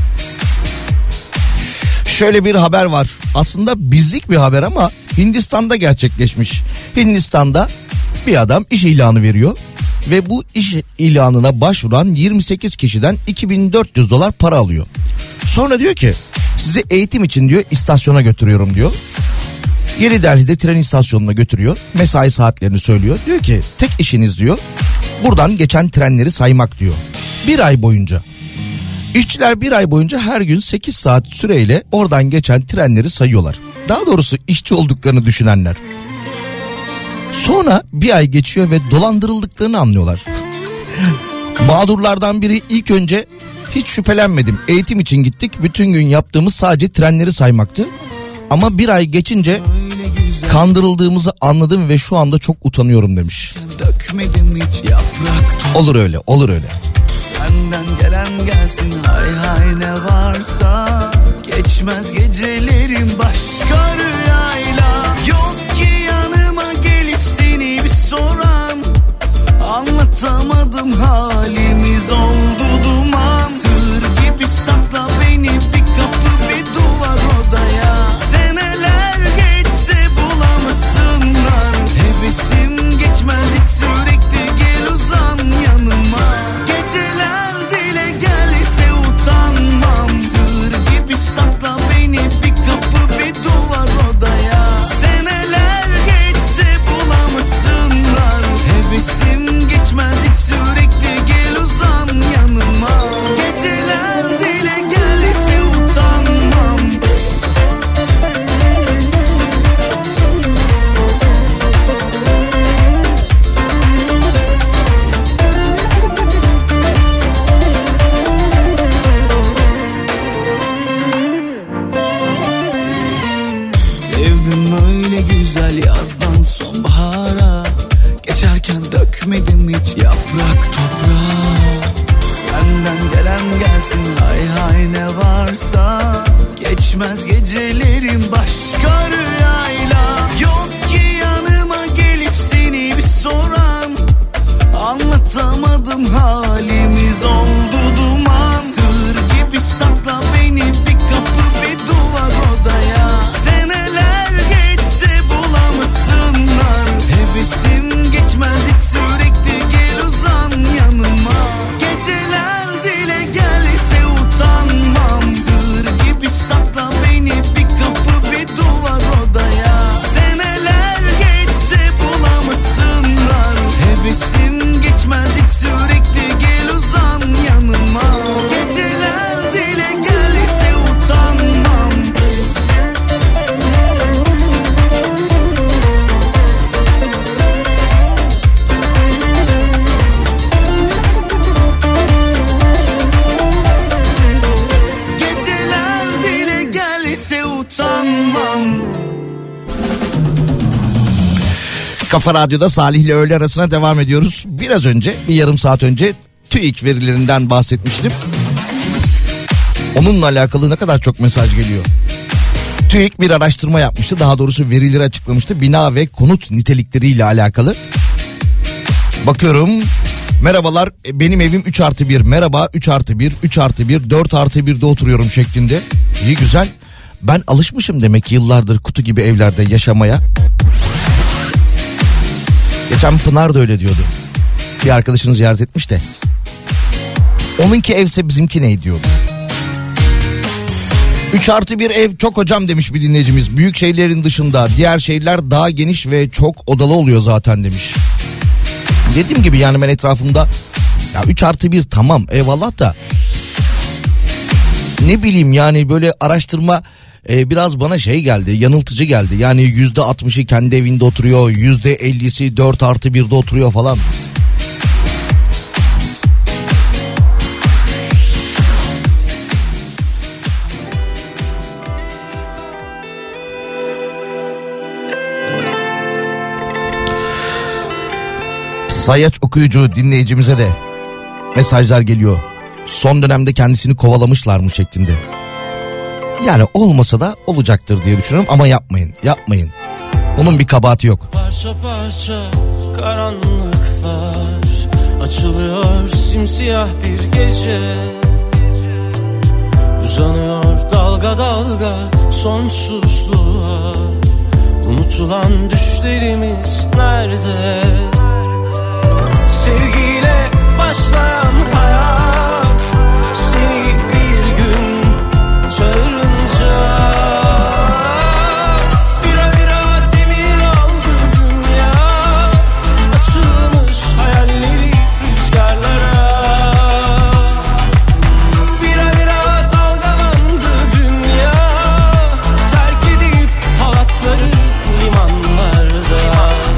Şöyle bir haber var. Aslında bizlik bir haber ama Hindistan'da gerçekleşmiş. Hindistan'da bir adam iş ilanı veriyor ve bu iş ilanına başvuran 28 kişiden $2.400 para alıyor. Sonra diyor ki sizi eğitim için diyor istasyona götürüyorum diyor. Yeni Delhi'de tren istasyonuna götürüyor. Mesai saatlerini söylüyor. Diyor ki tek işiniz diyor buradan geçen trenleri saymak diyor. Bir ay boyunca. İşçiler bir ay boyunca her gün 8 saat süreyle oradan geçen trenleri sayıyorlar. Daha doğrusu işçi olduklarını düşünenler. Sonra bir ay geçiyor ve dolandırıldıklarını anlıyorlar. Mağdurlardan biri ilk önce hiç şüphelenmedim. Eğitim için gittik. Bütün gün yaptığımız sadece trenleri saymaktı. Ama bir ay geçince kandırıldığımızı anladım ve şu anda çok utanıyorum demiş. Dökmedim hiç yaprak. Olur öyle, olur öyle. Senden gelen gelsin hay hay ne varsa. Geçmez gecelerim başka rüyayla. Yok ki yanıma gelip seni bir soran. Anlatamadım halimiz oldu duman. Sır gibi sakla beni bir kapı bir duvar odaya. Seneler geçse bulamazsınlar. Hevesim geçmez hiç sürekli gel uzan yanıma. Geceler dile gelse utanmam. Sır gibi sakla beni bir kapı bir duvar odaya. Seneler geçse bulamazsınlar. Hevesim geçmez hiç sürekli gel uzan yanıma. Geceler dile gelse utanmam. Sevdim öyle güzel yazdan sonbahara. Geçerken dökmedim hiç yaprak toprağa. Senden gelen gelsin hay hay ne varsa. Geçmez gecelerim başka rüyayla. Yok ki yanıma gelip seni bir soran. Anlatamadım halimiz oldu Kafa Radyo'da Salih ile öğle arasına devam ediyoruz. Biraz önce, bir yarım saat önce TÜİK verilerinden bahsetmiştim. Onunla alakalı ne kadar çok mesaj geliyor. TÜİK bir araştırma yapmıştı. Daha doğrusu verileri açıklamıştı. Bina ve konut nitelikleriyle alakalı. Bakıyorum. Merhabalar, benim evim 3+1. Merhaba, 3+1, 3+1, 4+1'de oturuyorum şeklinde. İyi, güzel. Ben alışmışım demek ki yıllardır kutu gibi evlerde yaşamaya. Geçen Pınar da öyle diyordu. Bir arkadaşını ziyaret etmiş de. Onunki evse bizimki ne diyordu. 3+1 ev çok hocam demiş bir dinleyicimiz. Büyük şehirlerin dışında diğer şehirler daha geniş ve çok odalı oluyor zaten demiş. Dediğim gibi yani ben etrafımda ya 3+1 tamam eyvallah da ne bileyim yani böyle araştırma biraz bana şey geldi, yanıltıcı geldi. Yani %60'ı kendi evinde oturuyor, %50'si 4+1'de oturuyor falan. Sayaç okuyucu dinleyicimize de mesajlar geliyor. Son dönemde kendisini kovalamışlar mı şeklinde. Yani olmasa da olacaktır diye düşünüyorum ama yapmayın. Onun bir kabahati yok. Parça parça karanlıklar açılıyor, simsiyah bir gece. Uzanıyor dalga dalga sonsuzluğa. Unutulan düşlerimiz nerede? Sevgiyle başlayan hayat seni bir gün çağırınca bira bira demir aldı dünya. Açılmış hayalleri rüzgarlara. Bira bira dalgalandı dünya. Terk edip halatları limanlarda.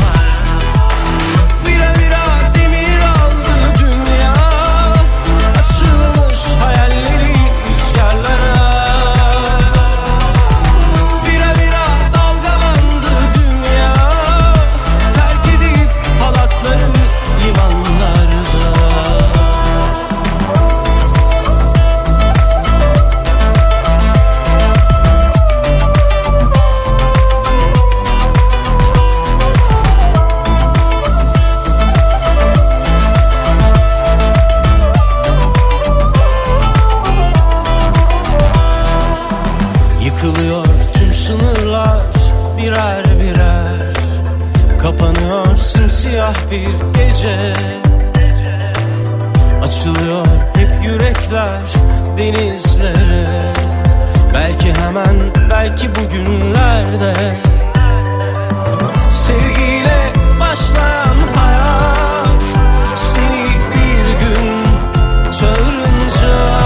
Siyah bir gece açılıyor hep yürekler denizlere. Belki hemen, belki bugünlerde. Sevgiyle başlayan hayat seni bir gün çağırınca.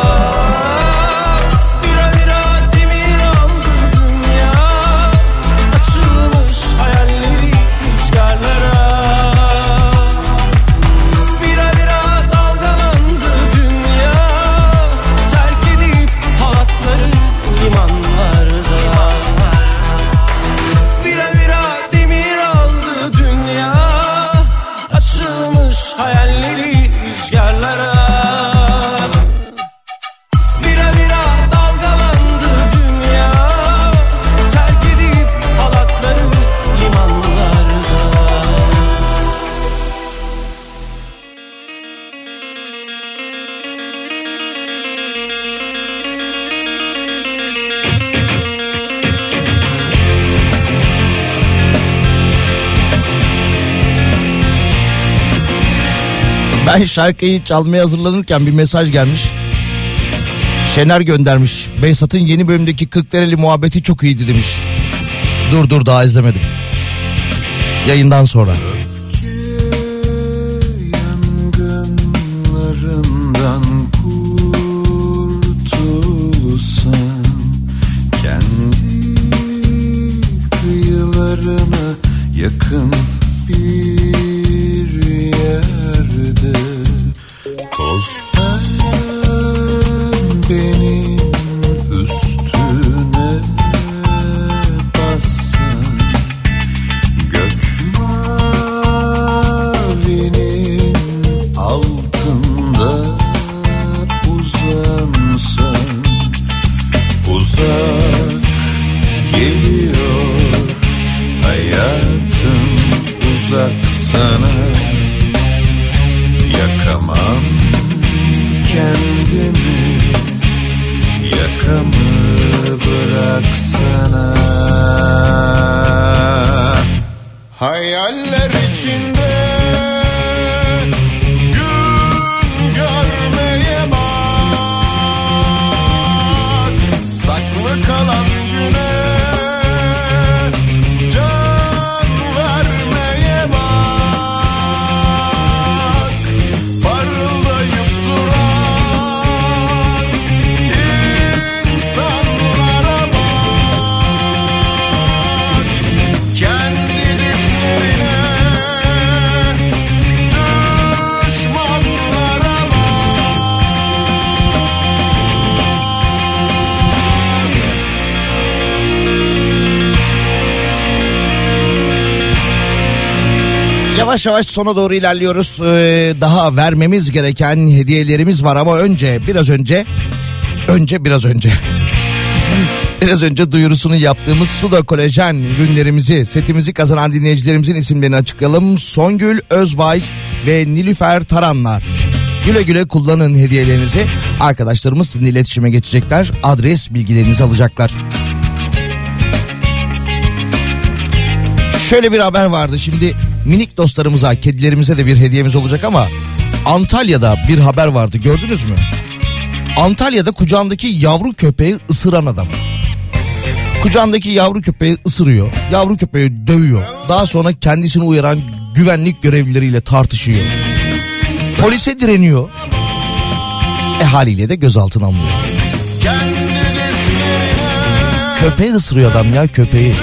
Ben şarkıyı çalmaya hazırlanırken bir mesaj gelmiş. Şener göndermiş. Behzat'ın yeni bölümdeki Kırklareli muhabbeti çok iyiydi demiş. Dur daha izlemedim. Yayından sonra. Yangınlarından kurtulsan, kendi kıyılarına yakın bir yerde tozdan benim üstüne bassan, gök mavi kendini, yakamı bıraksana. Hayaller içinde gün görmeye bak, saklı kalan güne can vermeye bak, parıldayıp duran insanlara bak, kendi düşlerine, düşmanlara bak. Yavaş yavaş sona doğru ilerliyoruz. Daha vermemiz gereken hediyelerimiz var ama biraz önce duyurusunu yaptığımız Suda Kolajen ürünlerimizi, setimizi kazanan dinleyicilerimizin isimlerini açıklayalım. Songül Özbay ve Nilüfer Taranlar. Güle güle kullanın hediyelerinizi. Arkadaşlarımız sizinle iletişime geçecekler. Adres bilgilerinizi alacaklar. Şöyle bir haber vardı. Şimdi minik dostlarımıza, kedilerimize de bir hediyemiz olacak ama Antalya'da bir haber vardı. Gördünüz mü? Antalya'da kucağındaki yavru köpeği ısıran adam. Kucağındaki yavru köpeği ısırıyor. Yavru köpeği dövüyor. Daha sonra kendisini uyaran güvenlik görevlileriyle tartışıyor. Polise direniyor. Haliyle de gözaltına alınıyor. Köpeği ısırıyor adam ya, köpeği.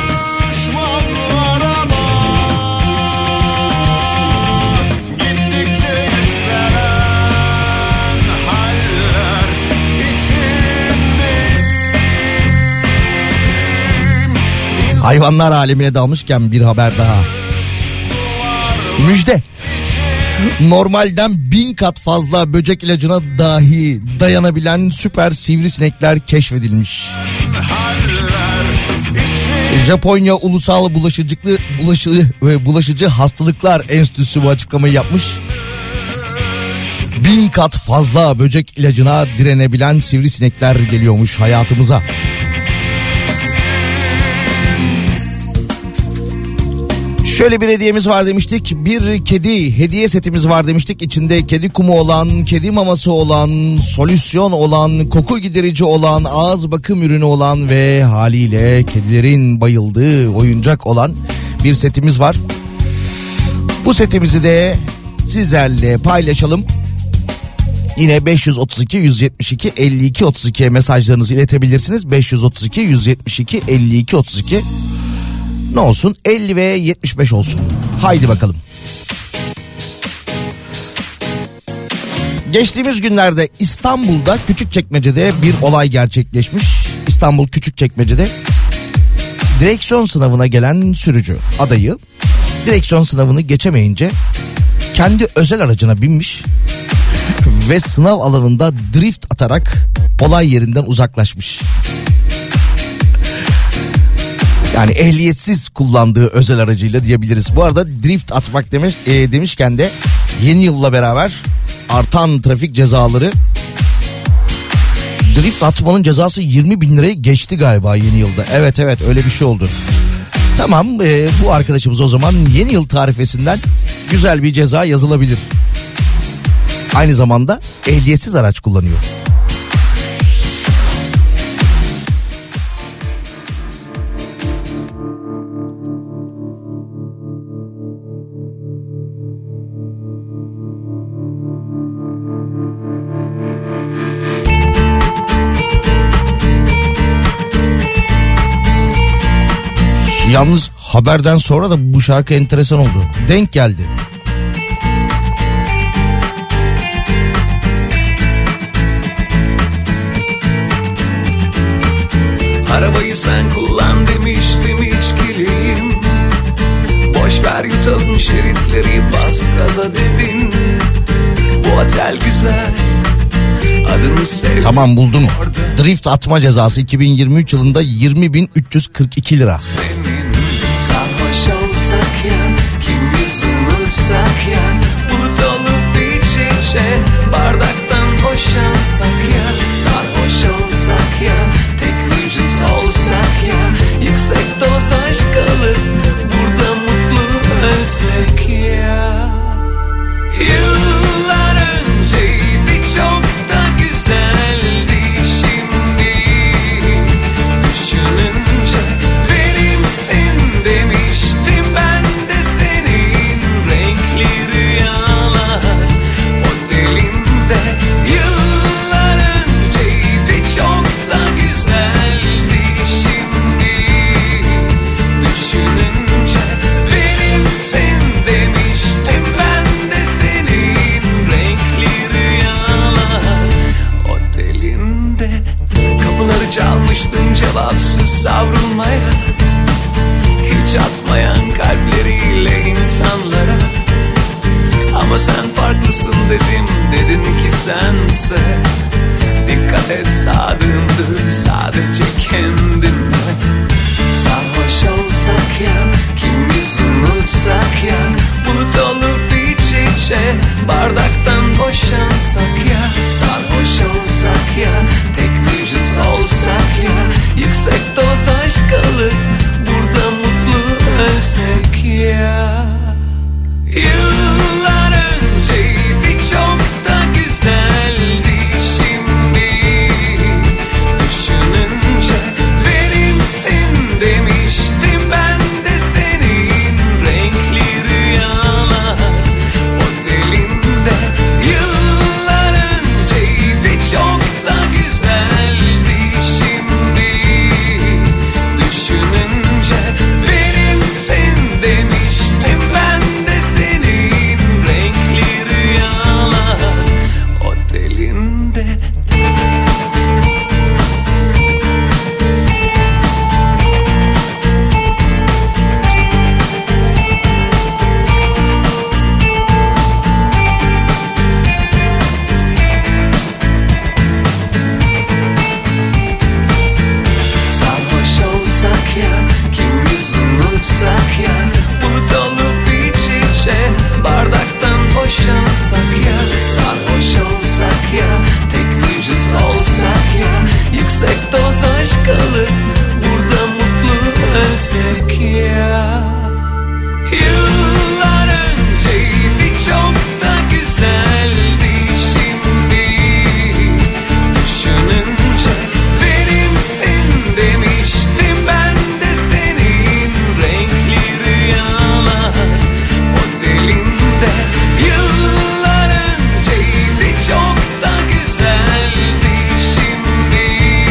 Hayvanlar alemine dalmışken bir haber daha. Müjde. Normalden 1000 kat fazla böcek ilacına dahi dayanabilen süper sivrisinekler keşfedilmiş. Japonya Ulusal Bulaşıcı Hastalıklar Enstitüsü bu açıklamayı yapmış. 1000 kat fazla böcek ilacına direnebilen sivrisinekler geliyormuş hayatımıza. Şöyle bir hediyemiz var demiştik. Bir kedi hediye setimiz var demiştik. İçinde kedi kumu olan, kedi maması olan, solüsyon olan, koku giderici olan, ağız bakım ürünü olan ve haliyle kedilerin bayıldığı oyuncak olan bir setimiz var. Bu setimizi de sizlerle paylaşalım. Yine 532 172 52 32'ye mesajlarınızı iletebilirsiniz. 532 172 52 32. Ne olsun? 50 ve 75 olsun. Haydi bakalım. Geçtiğimiz günlerde İstanbul'da Küçükçekmece'de bir olay gerçekleşmiş. İstanbul Küçükçekmece'de direksiyon sınavına gelen sürücü adayı direksiyon sınavını geçemeyince kendi özel aracına binmiş ve sınav alanında drift atarak olay yerinden uzaklaşmış. Yani ehliyetsiz kullandığı özel aracıyla diyebiliriz. Bu arada drift atmak demişken de yeni yılla beraber artan trafik cezaları, drift atmanın cezası 20 bin lirayı geçti galiba yeni yılda. Evet öyle bir şey oldu. Tamam, bu arkadaşımız o zaman yeni yıl tarifesinden güzel bir ceza yazılabilir. Aynı zamanda ehliyetsiz araç kullanıyor. Yalnız haberden sonra da bu şarkı enteresan oldu. Denk geldi. Arabayı sen kullan demiştim içkiliyim. Boş ver yutalım şeritleri, bas gaza dedin. Bu otel güzel, adını sev. Tamam, buldum. Drift atma cezası 2023 yılında 20.342 lira. Sarhoş olsak ya, kimiz unutsak ya, bulut olup iç içe bardaktan cevapsız savrulmaya, hiç atmayan kalpleriyle insanlara. Ama sen farklısın dedim, dedin ki sense. Dikkat et, sadığındır sadece kendine. Sarhoş olsak ya, kimiz unutsak ya, bulut olup iç içe bardaktan boşansak ya. Sarhoş olsak ya, tek vücut olsak ya, yüksek doz aşk alıp burada mutlu ölsek ya. Yıllar önceydi, çok da güzeldi. Şimdi düşününce benimsin demiştim ben de senin renkli rüyalar otelinde. Yıllar önceydi, çok da güzeldi. Şimdi düşününce benimsin demiştim ben de senin renkli rüyalar otelinde. Sarhoş olsak ya, kimiz unutsak ya, bulut olup iç içe bardaktan boşansak ya. Sarhoş olsak ya, tek vücut olsak ya, yüksek doz aşk alıp burada mutlu ölsek ya. Yıllar önceydi, çok da güzeldi. Şimdi düşününce benimsin demiştim ben de senin renkli rüyalar otelinde. Yıllar önceydi, çok da güzeldi. Şimdi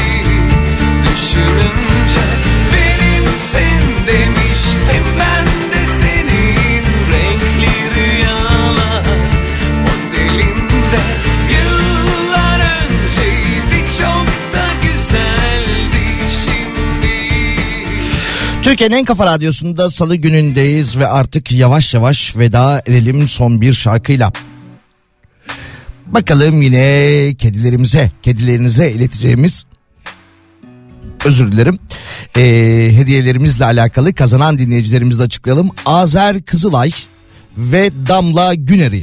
düşününce benimsin demiştim ben de senin renkli rüyalar otelinde. Yıllar önceydi, çok da güzeldi. Şimdi Türkiye'nin en kafa radyosunda salı günündeyiz ve artık yavaş yavaş veda edelim son bir şarkıyla. Bakalım yine kedilerinize ileteceğimiz, özür dilerim, hediyelerimizle alakalı kazanan dinleyicilerimizle açıklayalım. Azer Kızılay ve Damla Güner'i.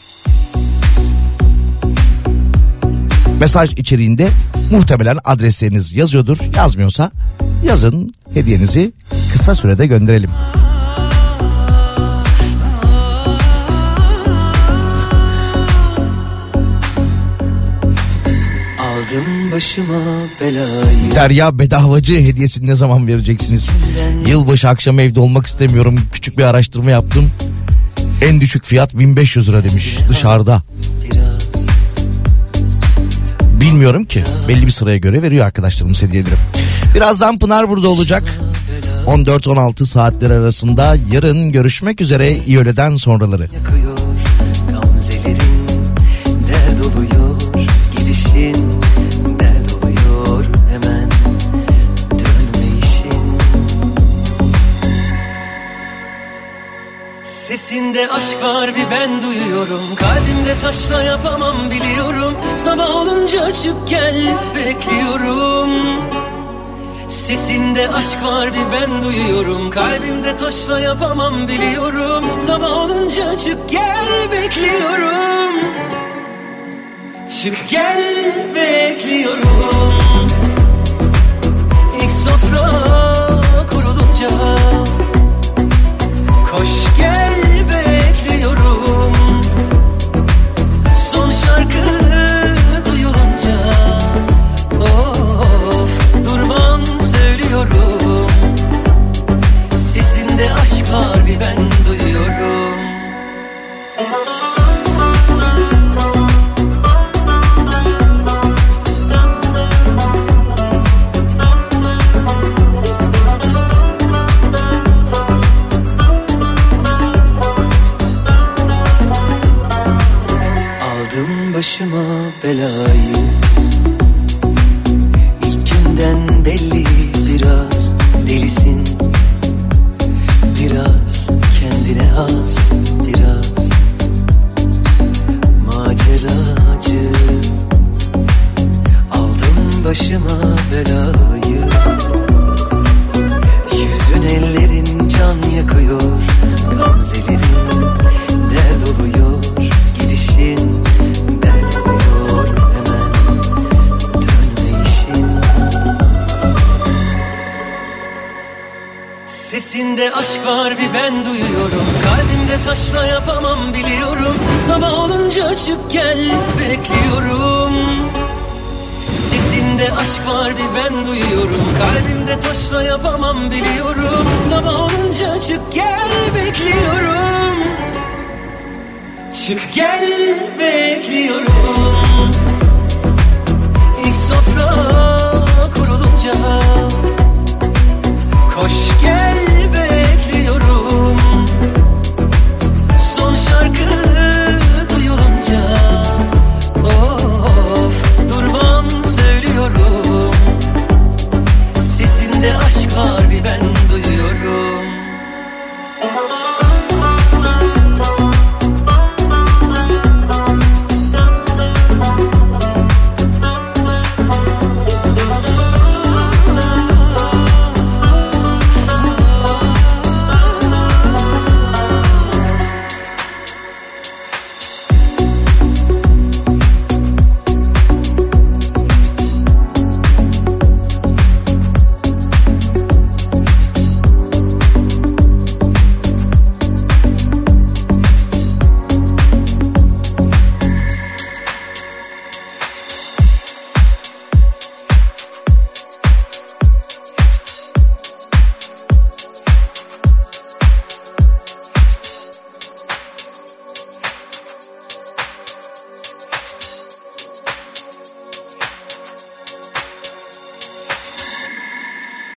Mesaj içeriğinde muhtemelen adresleriniz yazıyordur. Yazmıyorsa yazın, hediyenizi kısa sürede gönderelim. aldım başıma belayı. Derya Bedavacı hediyesini ne zaman vereceksiniz? Yılbaşı akşamı evde olmak istemiyorum. Küçük bir araştırma yaptım. En düşük fiyat 1500 lira demiş dışarıda. Bilmiyorum ki. Belli bir sıraya göre veriyor arkadaşlarımız hediyeleri. Birazdan Pınar burada olacak. 14-16 saatler arasında. Yarın görüşmek üzere. İyi öğleden sonraları. Yakıyor gamzelerin, dert oluyor gidişin, dert oluyor hemen dönmeyişin. Sesinde aşk var bir ben duyuyorum, kalbimde taşla yapamam biliyorum. Sabah olunca açıp gel bekliyorum. Sesinde aşk var bir ben duyuyorum, kalbimde taşla yapamam biliyorum. Sabah olunca çık gel bekliyorum. Çık gel bekliyorum. İlk sofra kurulunca koş gel bekliyorum. Son şarkı duyulunca of durmam söylüyorum. Sesinde aşk var bir ben duyuyorum. Aldım başıma belayı, ilk günden belli, biraz delisin, biraz kendine has, biraz maceracı. Aldım başıma belayı, yüzün ellerin can yakıyor, gamzelerin dert oluyor, gidişin dert oluyor, hemen dönme işin. Sesinde aşk var bir ben duyuyorum, kalbimde taşla yapamam biliyorum, sabah olunca çık gel bekliyorum. Sesinde aşk var bir ben duyuyorum, kalbimde taşla yapamam biliyorum, sabah olunca çık gel bekliyorum. Çık gel bekliyorum.